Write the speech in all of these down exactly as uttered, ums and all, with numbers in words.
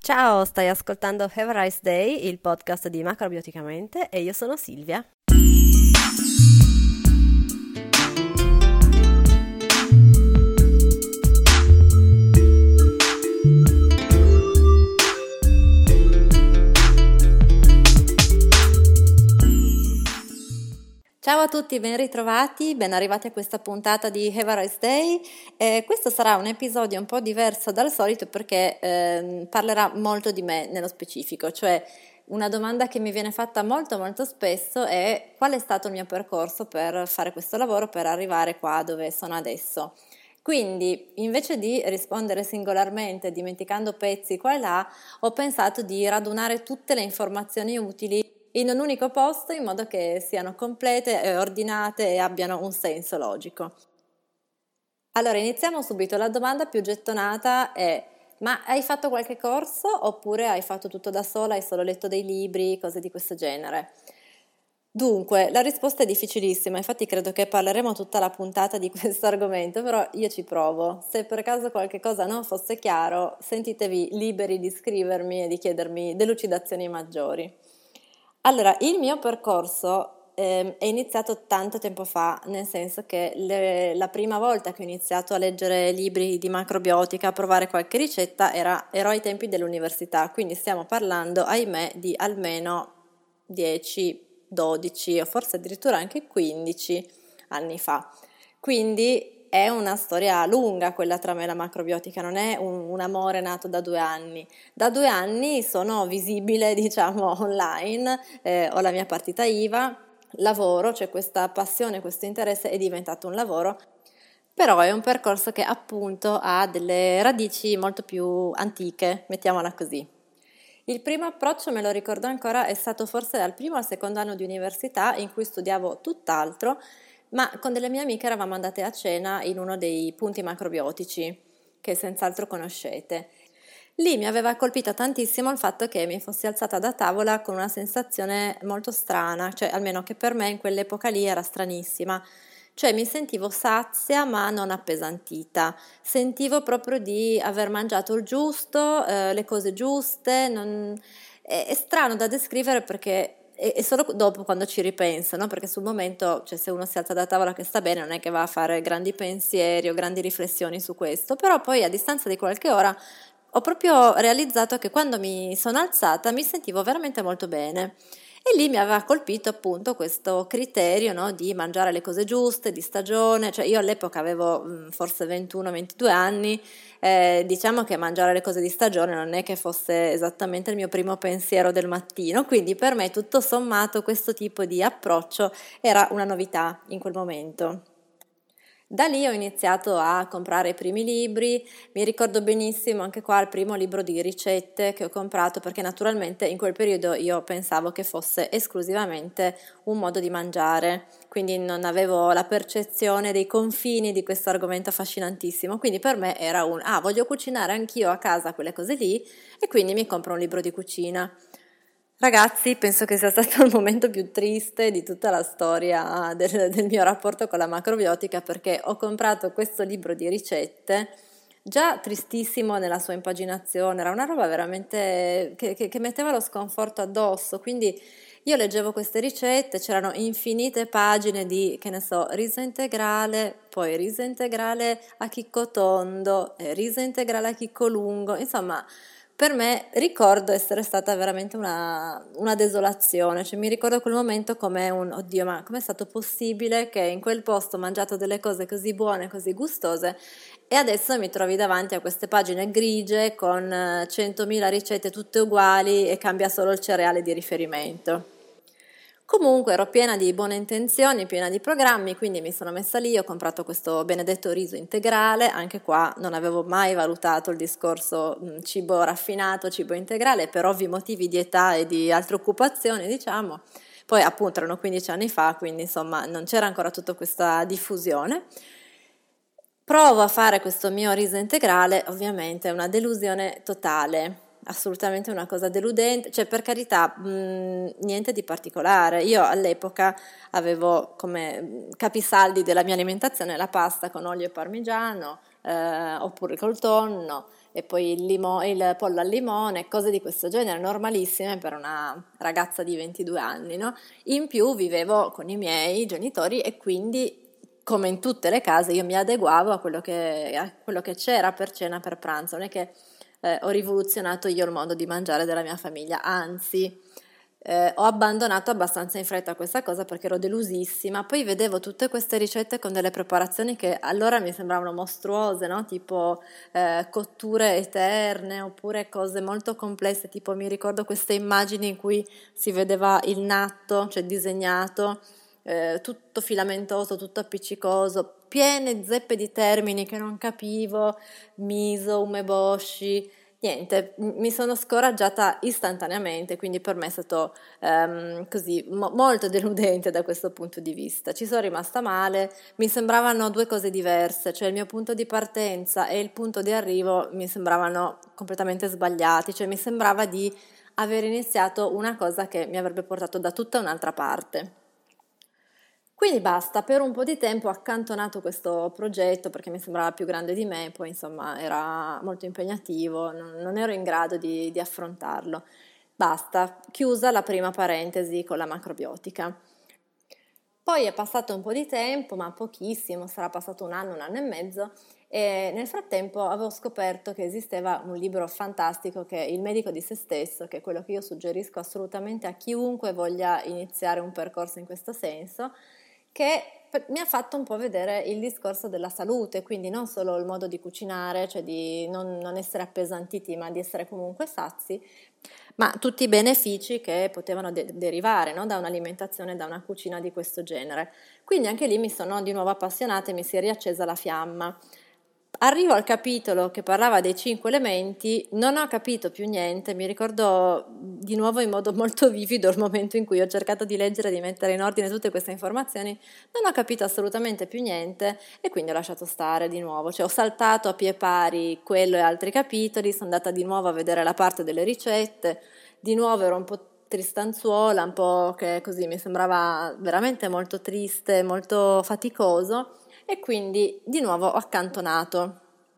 Ciao, stai ascoltando Have a Rice Day, il podcast di Macrobioticamente e io sono Silvia. Ciao a tutti, ben ritrovati, ben arrivati a questa puntata di Have a Rice Day. Eh, questo sarà un episodio un po' diverso dal solito perché eh, parlerà molto di me nello specifico, cioè una domanda che mi viene fatta molto molto spesso è: qual è stato il mio percorso per fare questo lavoro, per arrivare qua dove sono adesso. Quindi, invece di rispondere singolarmente, dimenticando pezzi qua e là, ho pensato di radunare tutte le informazioni utili in un unico posto in modo che siano complete, e ordinate e abbiano un senso logico. Allora, iniziamo subito. La domanda più gettonata è: ma hai fatto qualche corso oppure hai fatto tutto da sola, hai solo letto dei libri, cose di questo genere? Dunque, la risposta è difficilissima, infatti credo che parleremo tutta la puntata di questo argomento, però io ci provo. Se per caso qualche cosa non fosse chiaro, sentitevi liberi di scrivermi e di chiedermi delucidazioni maggiori. Allora, il mio percorso eh, è iniziato tanto tempo fa, nel senso che le, la prima volta che ho iniziato a leggere libri di macrobiotica, a provare qualche ricetta, era, ero ai tempi dell'università, quindi stiamo parlando, ahimè, di almeno dieci, dodici o forse addirittura anche quindici anni fa. Quindi è una storia lunga quella tra me e la macrobiotica, non è un, un amore nato da due anni. Da due anni sono visibile, diciamo, online, eh, ho la mia partita I V A, lavoro, cioè questa passione, questo interesse è diventato un lavoro, però è un percorso che appunto ha delle radici molto più antiche, mettiamola così. Il primo approccio, me lo ricordo ancora, è stato forse dal primo al secondo anno di università in cui studiavo tutt'altro, ma con delle mie amiche eravamo andate a cena in uno dei punti macrobiotici che senz'altro conoscete. Lì mi aveva colpito tantissimo il fatto che mi fossi alzata da tavola con una sensazione molto strana, cioè almeno che per me in quell'epoca lì era stranissima. Cioè mi sentivo sazia ma non appesantita, sentivo proprio di aver mangiato il giusto, eh, le cose giuste, non... è, è strano da descrivere perché e solo dopo quando ci ripenso, no? Perché sul momento, cioè se uno si alza da tavola che sta bene non è che va a fare grandi pensieri o grandi riflessioni su questo, però poi a distanza di qualche ora ho proprio realizzato che quando mi sono alzata mi sentivo veramente molto bene. E lì mi aveva colpito appunto questo criterio, no, di mangiare le cose giuste, di stagione, cioè io all'epoca avevo mh, forse ventuno ventidue anni, eh, diciamo che mangiare le cose di stagione non è che fosse esattamente il mio primo pensiero del mattino, quindi per me tutto sommato questo tipo di approccio era una novità in quel momento. Da lì ho iniziato a comprare i primi libri, mi ricordo benissimo anche qua il primo libro di ricette che ho comprato perché naturalmente in quel periodo io pensavo che fosse esclusivamente un modo di mangiare, quindi non avevo la percezione dei confini di questo argomento affascinantissimo, quindi per me era un ah voglio cucinare anch'io a casa quelle cose lì e quindi mi compro un libro di cucina. Ragazzi, penso che sia stato il momento più triste di tutta la storia del, del mio rapporto con la macrobiotica perché ho comprato questo libro di ricette, già tristissimo nella sua impaginazione, era una roba veramente che, che, che metteva lo sconforto addosso, quindi io leggevo queste ricette, c'erano infinite pagine di, che ne so, riso integrale, poi riso integrale a chicco tondo, eh, riso integrale a chicco lungo, insomma... Per me ricordo essere stata veramente una, una desolazione, cioè mi ricordo quel momento come un oddio, ma com'è stato possibile che in quel posto ho mangiato delle cose così buone, così gustose e adesso mi trovi davanti a queste pagine grigie con centomila ricette tutte uguali e cambia solo il cereale di riferimento. Comunque ero piena di buone intenzioni, piena di programmi, quindi mi sono messa lì, ho comprato questo benedetto riso integrale, anche qua non avevo mai valutato il discorso mh, cibo raffinato, cibo integrale, per ovvi motivi di età e di altre occupazioni, diciamo. Poi appunto erano quindici anni fa, quindi insomma non c'era ancora tutta questa diffusione. Provo a fare questo mio riso integrale, ovviamente è una delusione totale. Assolutamente una cosa deludente, cioè per carità mh, niente di particolare. Io all'epoca avevo come capisaldi della mia alimentazione la pasta con olio e parmigiano, eh, oppure col tonno, e poi il, limo- il pollo al limone, cose di questo genere, normalissime per una ragazza di ventidue anni, no? In più vivevo con i miei genitori e quindi, come in tutte le case, io mi adeguavo a quello che, a quello che c'era per cena, per pranzo, non è che eh, ho rivoluzionato io il modo di mangiare della mia famiglia, anzi eh, ho abbandonato abbastanza in fretta questa cosa perché ero delusissima. Poi vedevo tutte queste ricette con delle preparazioni che allora mi sembravano mostruose, no? Tipo eh, cotture eterne oppure cose molto complesse, tipo mi ricordo queste immagini in cui si vedeva il natto, cioè disegnato, eh, tutto filamentoso, tutto appiccicoso, piene zeppe di termini che non capivo, miso, umeboshi. Niente, m- mi sono scoraggiata istantaneamente, quindi per me è stato ehm, così mo- molto deludente da questo punto di vista. Ci sono rimasta male, mi sembravano due cose diverse, cioè il mio punto di partenza e il punto di arrivo mi sembravano completamente sbagliati, cioè mi sembrava di aver iniziato una cosa che mi avrebbe portato da tutta un'altra parte. Quindi basta, per un po' di tempo ho accantonato questo progetto perché mi sembrava più grande di me, poi insomma era molto impegnativo, non, non ero in grado di, di affrontarlo. Basta, chiusa la prima parentesi con la macrobiotica. Poi è passato un po' di tempo, ma pochissimo, sarà passato un anno, un anno e mezzo, e nel frattempo avevo scoperto che esisteva un libro fantastico che è Il medico di se stesso, che è quello che io suggerisco assolutamente a chiunque voglia iniziare un percorso in questo senso, che mi ha fatto un po' vedere il discorso della salute, quindi non solo il modo di cucinare, cioè di non, non essere appesantiti, ma di essere comunque sazi, ma tutti i benefici che potevano de- derivare, no, da un'alimentazione, da una cucina di questo genere. Quindi anche lì mi sono di nuovo appassionata e mi si è riaccesa la fiamma. Arrivo al capitolo che parlava dei cinque elementi, non ho capito più niente, mi ricordo di nuovo in modo molto vivido il momento in cui ho cercato di leggere e di mettere in ordine tutte queste informazioni, non ho capito assolutamente più niente e quindi ho lasciato stare di nuovo, cioè ho saltato a pie pari quello e altri capitoli, sono andata di nuovo a vedere la parte delle ricette, di nuovo ero un po' tristanzuola, un po' che così mi sembrava veramente molto triste, molto faticoso e quindi di nuovo ho accantonato.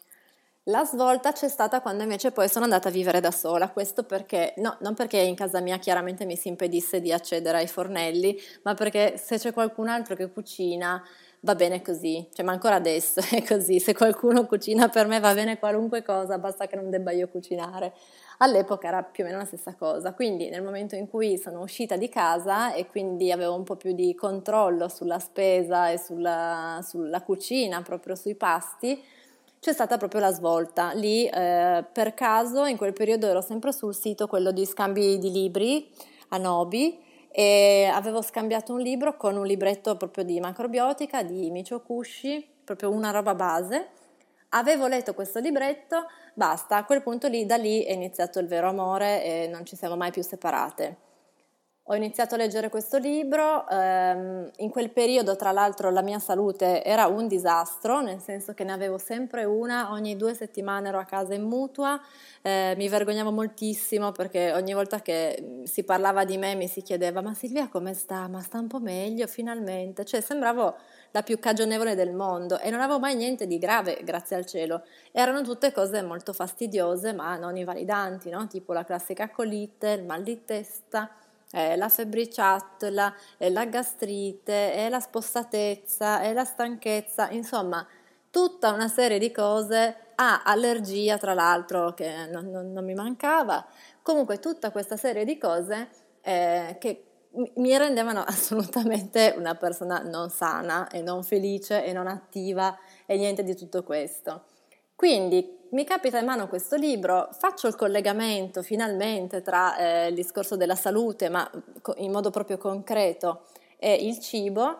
La svolta c'è stata quando invece poi sono andata a vivere da sola, questo perché, no, non perché in casa mia chiaramente mi si impedisse di accedere ai fornelli, ma perché se c'è qualcun altro che cucina va bene così, cioè ma ancora adesso è così, se qualcuno cucina per me va bene qualunque cosa, basta che non debba io cucinare. All'epoca era più o meno la stessa cosa, quindi nel momento in cui sono uscita di casa e quindi avevo un po' più di controllo sulla spesa e sulla, sulla cucina, proprio sui pasti, c'è stata proprio la svolta. Lì eh, per caso in quel periodo ero sempre sul sito quello di scambi di libri a Nobi e avevo scambiato un libro con un libretto proprio di macrobiotica di Michio Kushi, proprio una roba base. Avevo letto questo libretto, basta, a quel punto lì, da lì è iniziato il vero amore e non ci siamo mai più separate. Ho iniziato a leggere questo libro, ehm, in quel periodo tra l'altro la mia salute era un disastro, nel senso che ne avevo sempre una, ogni due settimane ero a casa in mutua, eh, mi vergognavo moltissimo perché ogni volta che mm, si parlava di me mi si chiedeva ma Silvia come sta? Ma sta un po' meglio finalmente? Cioè sembravo la più cagionevole del mondo e non avevo mai niente di grave, grazie al cielo. Erano tutte cose molto fastidiose ma non invalidanti, no? Tipo la classica colite, il mal di testa, eh, la febbriciattola, eh, la gastrite, eh, la spossatezza, eh, la stanchezza, insomma tutta una serie di cose, ah, allergia tra l'altro che non, non- non mi mancava, comunque tutta questa serie di cose eh, che mi mi rendevano assolutamente una persona non sana e non felice e non attiva e niente di tutto questo. Quindi mi capita in mano questo libro, faccio il collegamento finalmente tra eh, il discorso della salute, ma co- in modo proprio concreto, e il cibo.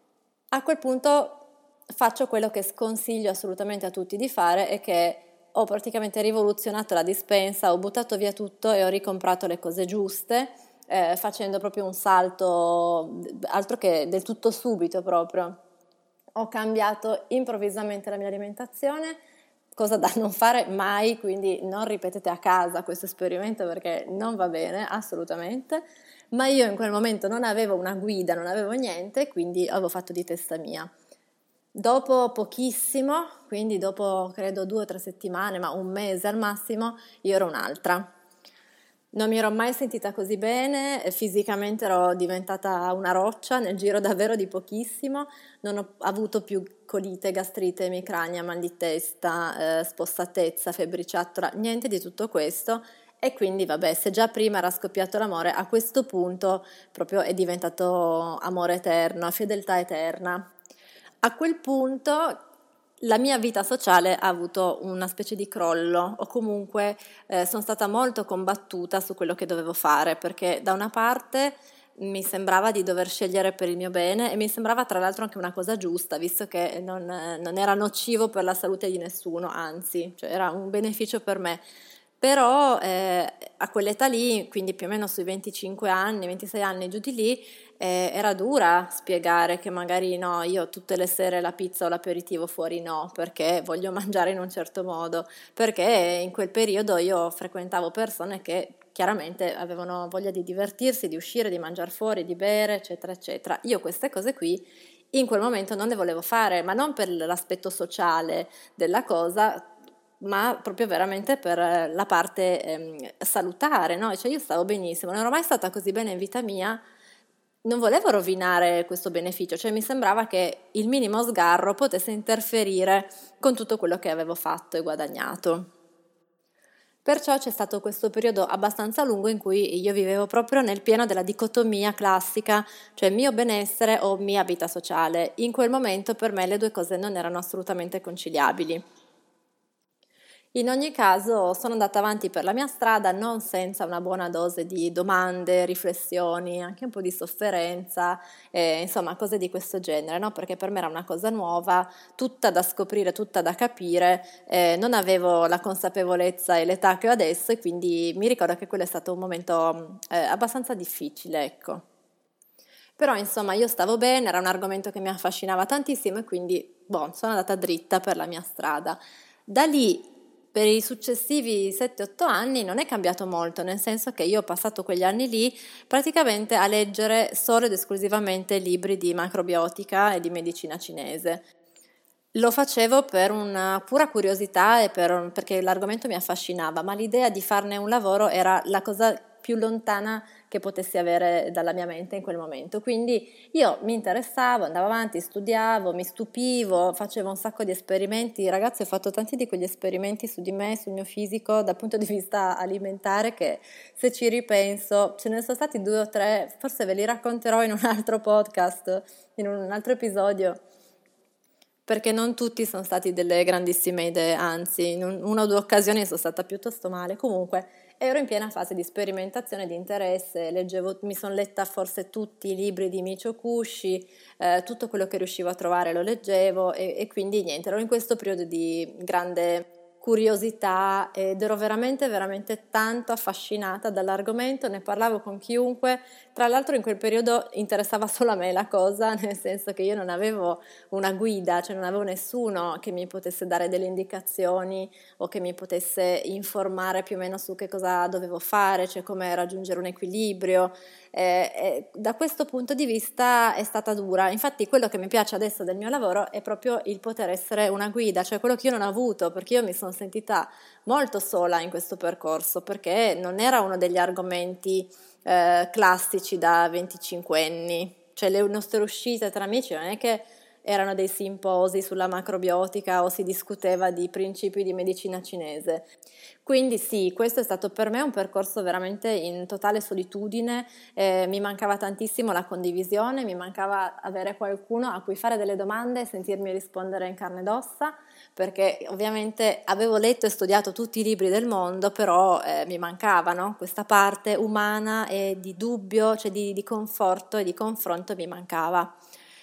A quel punto faccio quello che sconsiglio assolutamente a tutti di fare e che ho praticamente rivoluzionato la dispensa, ho buttato via tutto e ho ricomprato le cose giuste, eh, facendo proprio un salto, altro che del tutto subito proprio. Ho cambiato improvvisamente la mia alimentazione, cosa da non fare mai, quindi non ripetete a casa questo esperimento perché non va bene assolutamente, ma io in quel momento non avevo una guida, non avevo niente, quindi avevo fatto di testa mia. Dopo pochissimo, quindi dopo credo due o tre settimane, ma un mese al massimo, io ero un'altra. Non mi ero mai sentita così bene, e fisicamente ero diventata una roccia nel giro davvero di pochissimo, non ho avuto più colite, gastrite, emicrania, mal di testa, eh, spossatezza, febbriciattola, niente di tutto questo. E quindi vabbè, se già prima era scoppiato l'amore, a questo punto proprio è diventato amore eterno, fedeltà eterna. A quel punto la mia vita sociale ha avuto una specie di crollo, o comunque eh, sono stata molto combattuta su quello che dovevo fare, perché da una parte mi sembrava di dover scegliere per il mio bene, e mi sembrava tra l'altro anche una cosa giusta, visto che non, non era nocivo per la salute di nessuno, anzi, cioè era un beneficio per me. Però eh, a quell'età lì, quindi più o meno sui venticinque anni, ventisei anni, giù di lì, eh, era dura spiegare che magari no, io tutte le sere la pizza o l'aperitivo fuori no, perché voglio mangiare in un certo modo, perché in quel periodo io frequentavo persone che chiaramente avevano voglia di divertirsi, di uscire, di mangiare fuori, di bere, eccetera, eccetera. Io queste cose qui in quel momento non le volevo fare, ma non per l'aspetto sociale della cosa, ma proprio veramente per la parte ehm, salutare, no? Cioè io stavo benissimo, non ero mai stata così bene in vita mia, non volevo rovinare questo beneficio, cioè mi sembrava che il minimo sgarro potesse interferire con tutto quello che avevo fatto e guadagnato. Perciò c'è stato questo periodo abbastanza lungo in cui io vivevo proprio nel pieno della dicotomia classica, cioè mio benessere o mia vita sociale. In quel momento per me le due cose non erano assolutamente conciliabili. In ogni caso sono andata avanti per la mia strada non senza una buona dose di domande, riflessioni, anche un po' di sofferenza, eh, insomma cose di questo genere, no? Perché per me era una cosa nuova, tutta da scoprire, tutta da capire, eh, non avevo la consapevolezza e l'età che ho adesso, e quindi mi ricordo che quello è stato un momento eh, abbastanza difficile, ecco. Però insomma io stavo bene, era un argomento che mi affascinava tantissimo, e quindi boh, sono andata dritta per la mia strada. Da lì per i successivi sette otto anni non è cambiato molto, nel senso che io ho passato quegli anni lì praticamente a leggere solo ed esclusivamente libri di macrobiotica e di medicina cinese. Lo facevo per una pura curiosità e per, perché l'argomento mi affascinava, ma l'idea di farne un lavoro era la cosa più lontana che potessi avere dalla mia mente in quel momento. Quindi io mi interessavo, andavo avanti, studiavo, mi stupivo, facevo un sacco di esperimenti. Ragazzi, ho fatto tanti di quegli esperimenti su di me, sul mio fisico, dal punto di vista alimentare, che se ci ripenso, ce ne sono stati due o tre, forse ve li racconterò in un altro podcast, in un altro episodio, perché non tutti sono stati delle grandissime idee, anzi in un- una o due occasioni sono stata piuttosto male. Comunque ero in piena fase di sperimentazione, di interesse, leggevo, mi sono letta forse tutti i libri di Michio Kushi, eh, tutto quello che riuscivo a trovare lo leggevo, e, e quindi niente, ero in questo periodo di grande curiosità ed ero veramente veramente tanto affascinata dall'argomento, ne parlavo con chiunque. Tra l'altro in quel periodo interessava solo a me la cosa, nel senso che io non avevo una guida, cioè non avevo nessuno che mi potesse dare delle indicazioni o che mi potesse informare più o meno su che cosa dovevo fare, cioè come raggiungere un equilibrio. Eh, eh, da questo punto di vista è stata dura. Infatti quello che mi piace adesso del mio lavoro è proprio il poter essere una guida, cioè quello che io non ho avuto, perché io mi sono sentita molto sola in questo percorso, perché non era uno degli argomenti eh, classici da venticinquenni, cioè le nostre uscite tra amici non è che erano dei simposi sulla macrobiotica o si discuteva di principi di medicina cinese. Quindi sì, questo è stato per me un percorso veramente in totale solitudine, eh, mi mancava tantissimo la condivisione, mi mancava avere qualcuno a cui fare delle domande e sentirmi rispondere in carne ed ossa, perché ovviamente avevo letto e studiato tutti i libri del mondo, però eh, mi mancavano questa parte umana e di dubbio, cioè di, di conforto e di confronto mi mancava.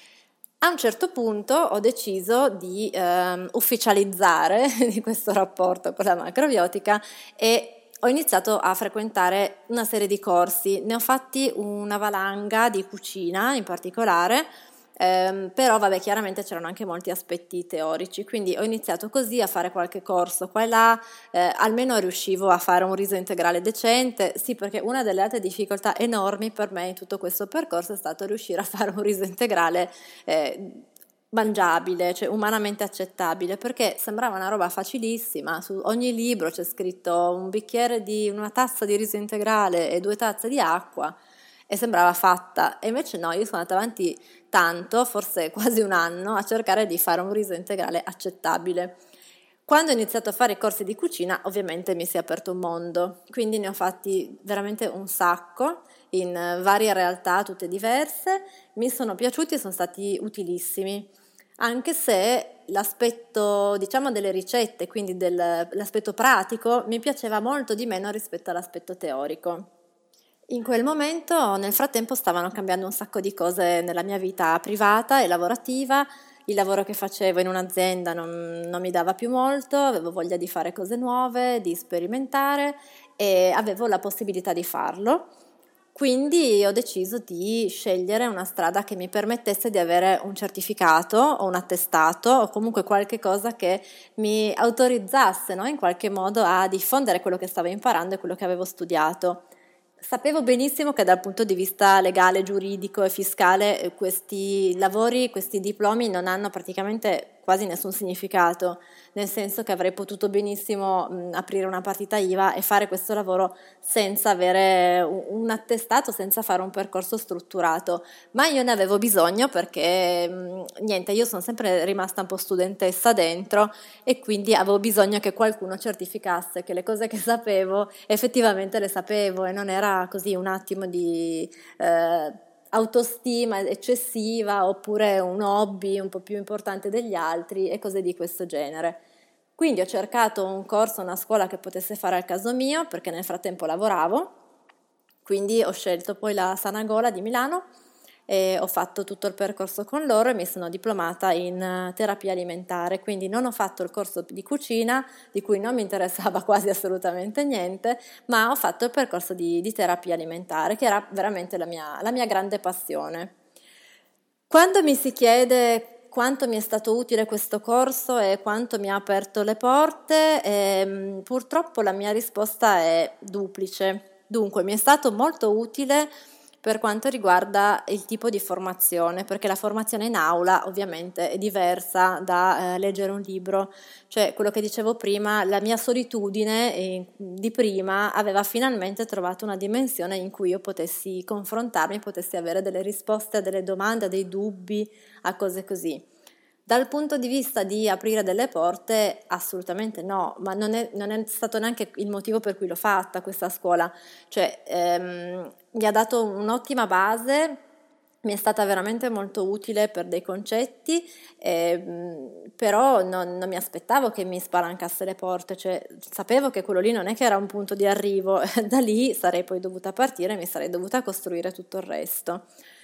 A un certo punto ho deciso di ehm, ufficializzare di questo rapporto con la macrobiotica, e ho iniziato a frequentare una serie di corsi. Ne ho fatti una valanga di cucina in particolare, ehm, però vabbè, chiaramente c'erano anche molti aspetti teorici, quindi ho iniziato così a fare qualche corso qua e là, eh, almeno riuscivo a fare un riso integrale decente. Sì, perché una delle altre difficoltà enormi per me in tutto questo percorso è stato riuscire a fare un riso integrale eh, mangiabile, cioè umanamente accettabile, perché sembrava una roba facilissima. Su ogni libro c'è scritto un bicchiere di una tazza di riso integrale e due tazze di acqua e sembrava fatta. E invece no, io sono andata avanti tanto, forse quasi un anno, a cercare di fare un riso integrale accettabile. Quando ho iniziato a fare i corsi di cucina, ovviamente mi si è aperto un mondo, quindi ne ho fatti veramente un sacco in eh, varie realtà, tutte diverse. Mi sono piaciuti e sono stati utilissimi, anche se l'aspetto, diciamo, delle ricette, quindi del- l'aspetto pratico, mi piaceva molto di meno rispetto all'aspetto teorico. In quel momento, nel frattempo, stavano cambiando un sacco di cose nella mia vita privata e lavorativa. Il lavoro che facevo in un'azienda non, non mi dava più molto, avevo voglia di fare cose nuove, di sperimentare e avevo la possibilità di farlo. Quindi ho deciso di scegliere una strada che mi permettesse di avere un certificato o un attestato o comunque qualche cosa che mi autorizzasse, no, in qualche modo a diffondere quello che stavo imparando e quello che avevo studiato. Sapevo benissimo che dal punto di vista legale, giuridico e fiscale eh, questi lavori, questi diplomi non hanno praticamente quasi nessun significato, nel senso che avrei potuto benissimo mh, aprire una partita I V A e fare questo lavoro senza avere un, un attestato, senza fare un percorso strutturato, ma io ne avevo bisogno perché mh, niente, io sono sempre rimasta un po' studentessa dentro e quindi avevo bisogno che qualcuno certificasse che le cose che sapevo effettivamente le sapevo e non era così un attimo di eh, autostima eccessiva oppure un hobby un po' più importante degli altri e cose di questo genere. Quindi ho cercato un corso, una scuola che potesse fare al caso mio perché nel frattempo lavoravo, quindi ho scelto poi la Sanagola di Milano e ho fatto tutto il percorso con loro e mi sono diplomata in eh, terapia alimentare, quindi non ho fatto il corso di cucina, di cui non mi interessava quasi assolutamente niente, ma ho fatto il percorso di, di terapia alimentare, che era veramente la mia, la mia grande passione. Quando mi si chiede quanto mi è stato utile questo corso e quanto mi ha aperto le porte, ehm, purtroppo la mia risposta è duplice. Dunque, mi è stato molto utile per quanto riguarda il tipo di formazione, perché la formazione in aula ovviamente è diversa da eh, leggere un libro, cioè quello che dicevo prima, la mia solitudine eh, di prima aveva finalmente trovato una dimensione in cui io potessi confrontarmi, potessi avere delle risposte a delle domande, a dei dubbi, a cose così. Dal punto di vista di aprire delle porte, assolutamente no, ma non è, non è stato neanche il motivo per cui l'ho fatta questa scuola, cioè ehm, mi ha dato un'ottima base, mi è stata veramente molto utile per dei concetti, ehm, però non, non mi aspettavo che mi spalancasse le porte, cioè sapevo che quello lì non è che era un punto di arrivo, da lì sarei poi dovuta partire e mi sarei dovuta costruire tutto il resto.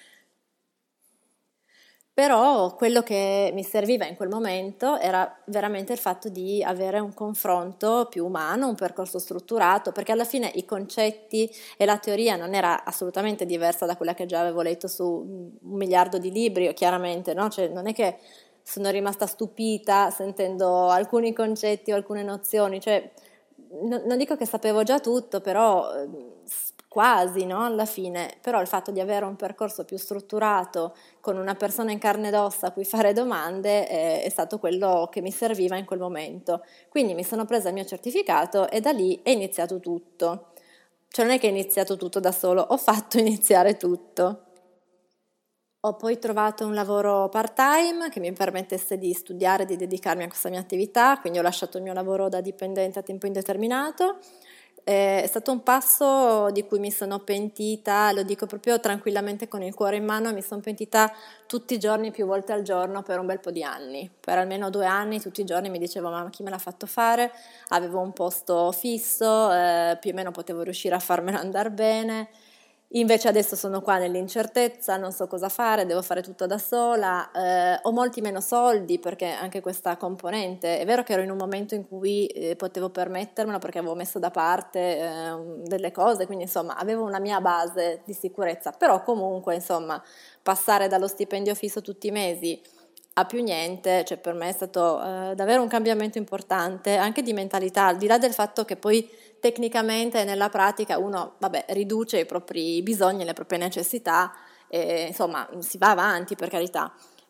Però quello che mi serviva in quel momento era veramente il fatto di avere un confronto più umano, un percorso strutturato, perché alla fine i concetti e la teoria non era assolutamente diversa da quella che già avevo letto su un miliardo di libri, chiaramente, no? Cioè, non è che sono rimasta stupita sentendo alcuni concetti o alcune nozioni, cioè no- non dico che sapevo già tutto, però eh, s- quasi, no? Alla fine, però il fatto di avere un percorso più strutturato con una persona in carne ed ossa a cui fare domande eh, è stato quello che mi serviva in quel momento. Quindi mi sono presa il mio certificato e da lì è iniziato tutto. Cioè non è che è iniziato tutto da solo, ho fatto iniziare tutto. Ho poi trovato un lavoro part-time che mi permettesse di studiare e di dedicarmi a questa mia attività, quindi ho lasciato il mio lavoro da dipendente a tempo indeterminato. Eh, È stato un passo di cui mi sono pentita, lo dico proprio tranquillamente con il cuore in mano, mi sono pentita tutti i giorni, più volte al giorno per un bel po' di anni. Per almeno due anni, tutti i giorni mi dicevo: ma chi me l'ha fatto fare? Avevo un posto fisso, eh, più o meno potevo riuscire a farmelo andare bene. Invece adesso sono qua nell'incertezza, non so cosa fare, devo fare tutto da sola, eh, ho molti meno soldi perché anche questa componente, è vero che ero in un momento in cui eh, potevo permettermelo perché avevo messo da parte eh, delle cose, quindi insomma avevo una mia base di sicurezza, però comunque insomma passare dallo stipendio fisso tutti i mesi a più niente, cioè per me è stato eh, davvero un cambiamento importante, anche di mentalità, al di là del fatto che poi tecnicamente nella pratica uno, vabbè, riduce i propri bisogni, le proprie necessità e insomma si va avanti per carità.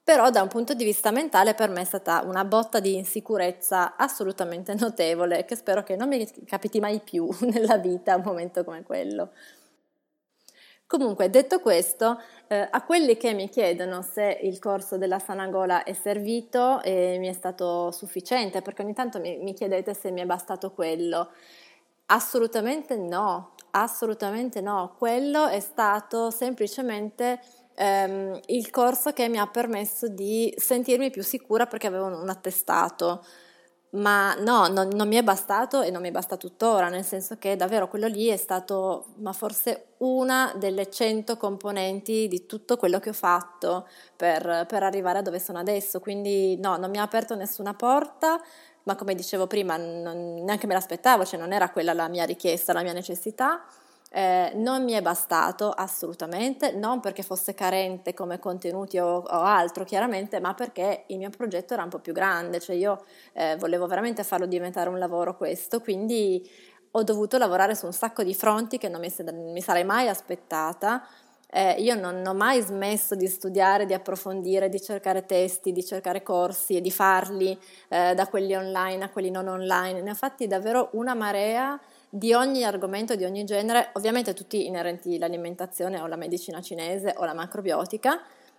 Però da un punto di vista mentale per me è stata una botta di insicurezza assolutamente notevole, che spero che non mi capiti mai più nella vita un momento come quello. Comunque, detto questo, eh, a quelli che mi chiedono se il corso della Sanagola è servito e mi è stato sufficiente, perché ogni tanto mi, mi chiedete se mi è bastato quello. Assolutamente no, assolutamente no. Quello è stato semplicemente ehm, il corso che mi ha permesso di sentirmi più sicura perché avevo un attestato. Ma no, non, non mi è bastato e non mi basta tuttora, nel senso che davvero quello lì è stato, ma forse una delle cento componenti di tutto quello che ho fatto per, per arrivare a dove sono adesso. Quindi no, non mi ha aperto nessuna porta, ma come dicevo prima, non, neanche me l'aspettavo, cioè non era quella la mia richiesta, la mia necessità. Eh, non mi è bastato assolutamente, non perché fosse carente come contenuti o, o altro chiaramente, ma perché il mio progetto era un po' più grande, cioè io eh, volevo veramente farlo diventare un lavoro questo, quindi ho dovuto lavorare su un sacco di fronti che non mi, mi sarei mai aspettata. Eh, io non ho mai smesso di studiare, di approfondire, di cercare testi, di cercare corsi e di farli eh, da quelli online a quelli non online. Ne ho fatti davvero una marea di ogni argomento, di ogni genere, ovviamente tutti inerenti all'alimentazione o alla medicina cinese o alla macrobiotica.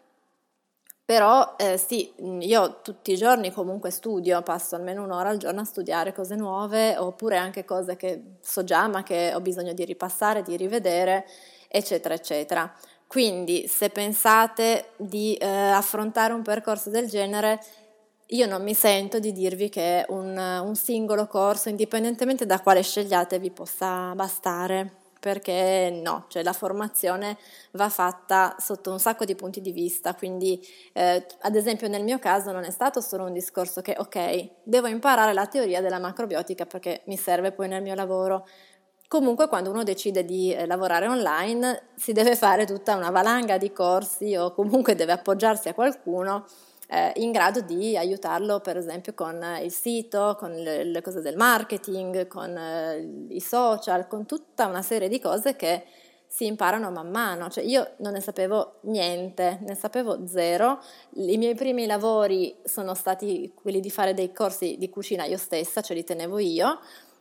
Però eh, sì, io tutti i giorni comunque studio, passo almeno un'ora al giorno a studiare cose nuove oppure anche cose che so già ma che ho bisogno di ripassare, di rivedere, eccetera, eccetera. Quindi se pensate di eh, affrontare un percorso del genere, io non mi sento di dirvi che un, un singolo corso, indipendentemente da quale scegliate, vi possa bastare. Perché no, cioè la formazione va fatta sotto un sacco di punti di vista, quindi eh, ad esempio nel mio caso non è stato solo un discorso che ok, devo imparare la teoria della macrobiotica perché mi serve poi nel mio lavoro. Comunque quando uno decide di eh, lavorare online si deve fare tutta una valanga di corsi o comunque deve appoggiarsi a qualcuno eh, in grado di aiutarlo per esempio con il sito, con le, le cose del marketing, con eh, i social, con tutta una serie di cose che si imparano man mano. Cioè io non ne sapevo niente, ne sapevo zero. I miei primi lavori sono stati quelli di fare dei corsi di cucina io stessa, ce li tenevo io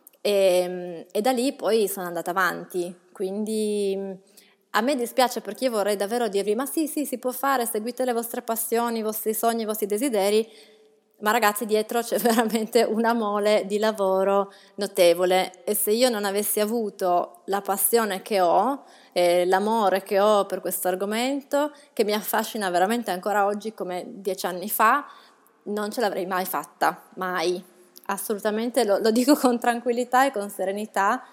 e, e da lì poi sono andata avanti. Quindi a me dispiace perché io vorrei davvero dirvi ma sì, sì, si può fare, seguite le vostre passioni, i vostri sogni, i vostri desideri, ma ragazzi dietro c'è veramente una mole di lavoro notevole e se io non avessi avuto la passione che ho, eh, l'amore che ho per questo argomento, che mi affascina veramente ancora oggi come dieci anni fa, non ce l'avrei mai fatta, mai, assolutamente, lo, lo dico con tranquillità e con serenità,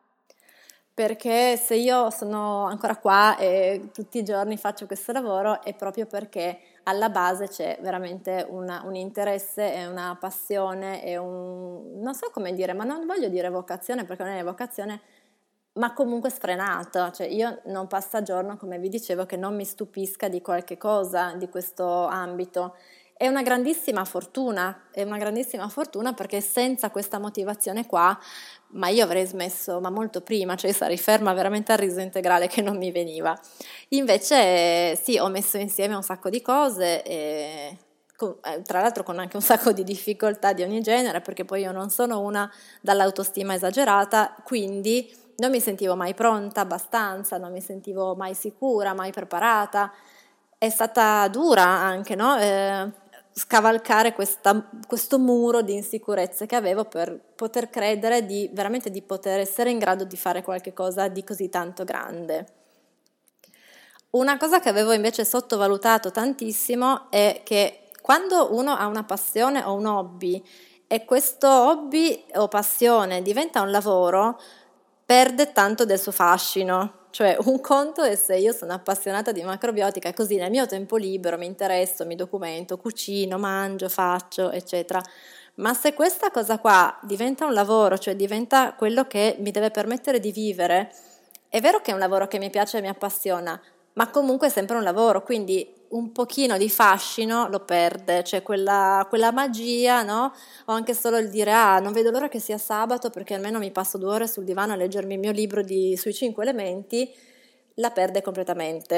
perché se io sono ancora qua e tutti i giorni faccio questo lavoro è proprio perché alla base c'è veramente una, un interesse e una passione e un, non so come dire, ma non voglio dire vocazione perché non è vocazione, ma comunque sfrenato, cioè io non passa giorno, come vi dicevo, che non mi stupisca di qualche cosa di questo ambito. È una grandissima fortuna, è una grandissima fortuna perché senza questa motivazione qua, ma io avrei smesso, ma molto prima, cioè sarei ferma veramente al riso integrale che non mi veniva. Invece sì, ho messo insieme un sacco di cose e tra l'altro con anche un sacco di difficoltà di ogni genere, perché poi io non sono una dall'autostima esagerata, quindi non mi sentivo mai pronta abbastanza, non mi sentivo mai sicura, mai preparata. È stata dura anche, no? Eh, scavalcare questa, questo muro di insicurezze che avevo per poter credere di veramente di poter essere in grado di fare qualche cosa di così tanto grande. Una cosa che avevo invece sottovalutato tantissimo è che quando uno ha una passione o un hobby e questo hobby o passione diventa un lavoro, perde tanto del suo fascino. Cioè un conto è se io sono appassionata di macrobiotica e così nel mio tempo libero mi interesso, mi documento, cucino, mangio, faccio, eccetera. Ma se questa cosa qua diventa un lavoro, cioè diventa quello che mi deve permettere di vivere, è vero che è un lavoro che mi piace e mi appassiona, ma comunque è sempre un lavoro, quindi un pochino di fascino lo perde, cioè quella, quella magia, no? O anche solo il dire, ah, non vedo l'ora che sia sabato perché almeno mi passo due ore sul divano a leggermi il mio libro di, sui cinque elementi, la perde completamente.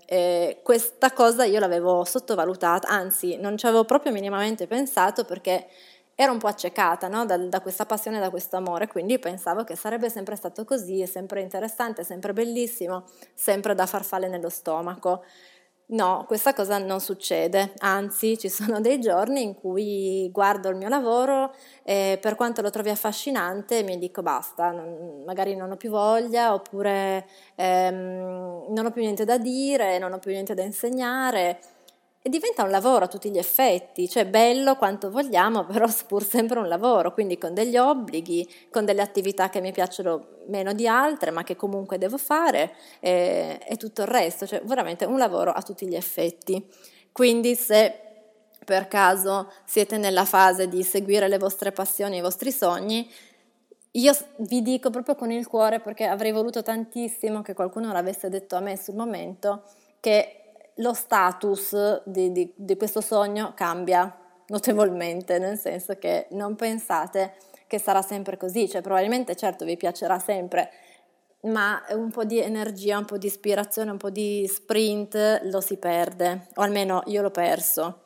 E questa cosa io l'avevo sottovalutata, anzi non ci avevo proprio minimamente pensato perché ero un po' accecata, no? da, da questa passione, da questo amore, quindi pensavo che sarebbe sempre stato così, è sempre interessante, sempre bellissimo, sempre da farfalle nello stomaco. No, questa cosa non succede, anzi ci sono dei giorni in cui guardo il mio lavoro e per quanto lo trovi affascinante mi dico basta, non- magari non ho più voglia oppure ehm, non ho più niente da dire, non ho più niente da insegnare e diventa un lavoro a tutti gli effetti, cioè bello quanto vogliamo, però pur sempre un lavoro, quindi con degli obblighi, con delle attività che mi piacciono meno di altre, ma che comunque devo fare e, e tutto il resto, cioè veramente un lavoro a tutti gli effetti. Quindi se per caso siete nella fase di seguire le vostre passioni, i vostri sogni, io vi dico proprio con il cuore, perché avrei voluto tantissimo che qualcuno l'avesse detto a me sul momento, che lo status di, di, di questo sogno cambia notevolmente, nel senso che non pensate che sarà sempre così, cioè probabilmente certo vi piacerà sempre, ma un po' di energia, un po' di ispirazione, un po' di sprint lo si perde, o almeno io l'ho perso.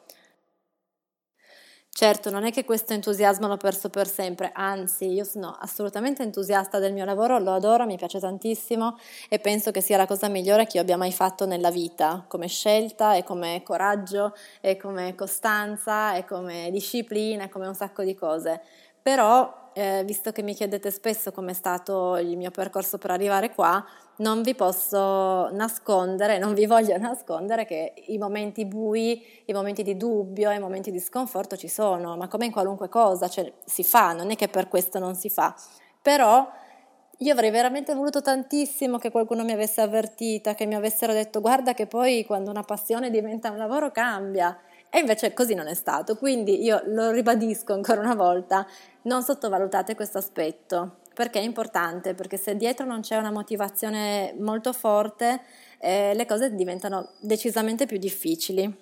Certo, non è che questo entusiasmo l'ho perso per sempre, anzi, io sono assolutamente entusiasta del mio lavoro, lo adoro, mi piace tantissimo e penso che sia la cosa migliore che io abbia mai fatto nella vita, come scelta e come coraggio e come costanza e come disciplina e come un sacco di cose. Però, eh, visto che mi chiedete spesso com'è stato il mio percorso per arrivare qua, non vi posso nascondere, non vi voglio nascondere che i momenti bui, i momenti di dubbio, i momenti di sconforto ci sono, ma come in qualunque cosa, cioè si fa, non è che per questo non si fa. Però io avrei veramente voluto tantissimo che qualcuno mi avesse avvertita, che mi avessero detto guarda che poi quando una passione diventa un lavoro cambia. E invece così non è stato, quindi io lo ribadisco ancora una volta, non sottovalutate questo aspetto, perché è importante, perché se dietro non c'è una motivazione molto forte, eh, le cose diventano decisamente più difficili.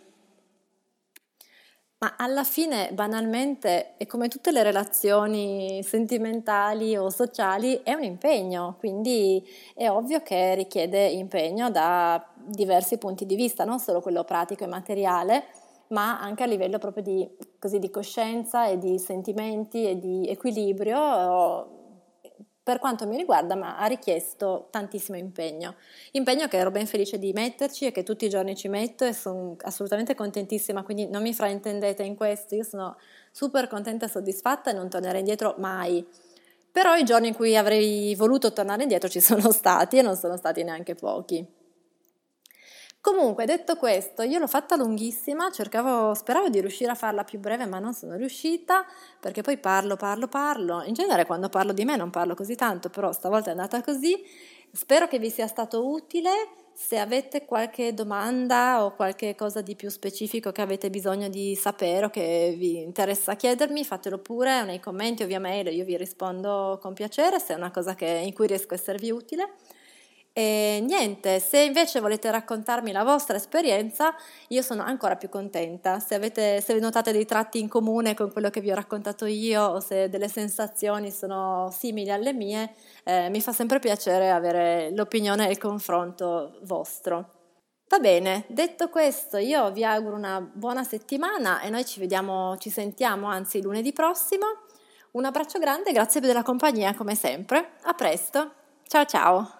Ma alla fine, banalmente, è come tutte le relazioni sentimentali o sociali, è un impegno, quindi è ovvio che richiede impegno da diversi punti di vista, non solo quello pratico e materiale, ma anche a livello proprio di, così, di coscienza e di sentimenti e di equilibrio. Per quanto mi riguarda, ma ha richiesto tantissimo impegno. Impegno che ero ben felice di metterci e che tutti i giorni ci metto e sono assolutamente contentissima, quindi non mi fraintendete in questo, io sono super contenta e soddisfatta e non tornerei indietro mai. Però i giorni in cui avrei voluto tornare indietro ci sono stati e non sono stati neanche pochi. Comunque, detto questo, io l'ho fatta lunghissima, cercavo, speravo di riuscire a farla più breve, ma non sono riuscita, perché poi parlo, parlo, parlo. In genere quando parlo di me non parlo così tanto, però stavolta è andata così. Spero che vi sia stato utile. Se avete qualche domanda o qualche cosa di più specifico che avete bisogno di sapere o che vi interessa chiedermi, fatelo pure nei commenti o via mail, io vi rispondo con piacere se è una cosa che- in cui riesco a esservi utile. E niente, se invece volete raccontarmi la vostra esperienza, io sono ancora più contenta. Se avete, se notate dei tratti in comune con quello che vi ho raccontato io o se delle sensazioni sono simili alle mie, eh, mi fa sempre piacere avere l'opinione e il confronto vostro. Va bene, detto questo, io vi auguro una buona settimana e noi ci vediamo, ci sentiamo anzi lunedì prossimo. Un abbraccio grande, grazie per la compagnia come sempre. A presto. Ciao ciao.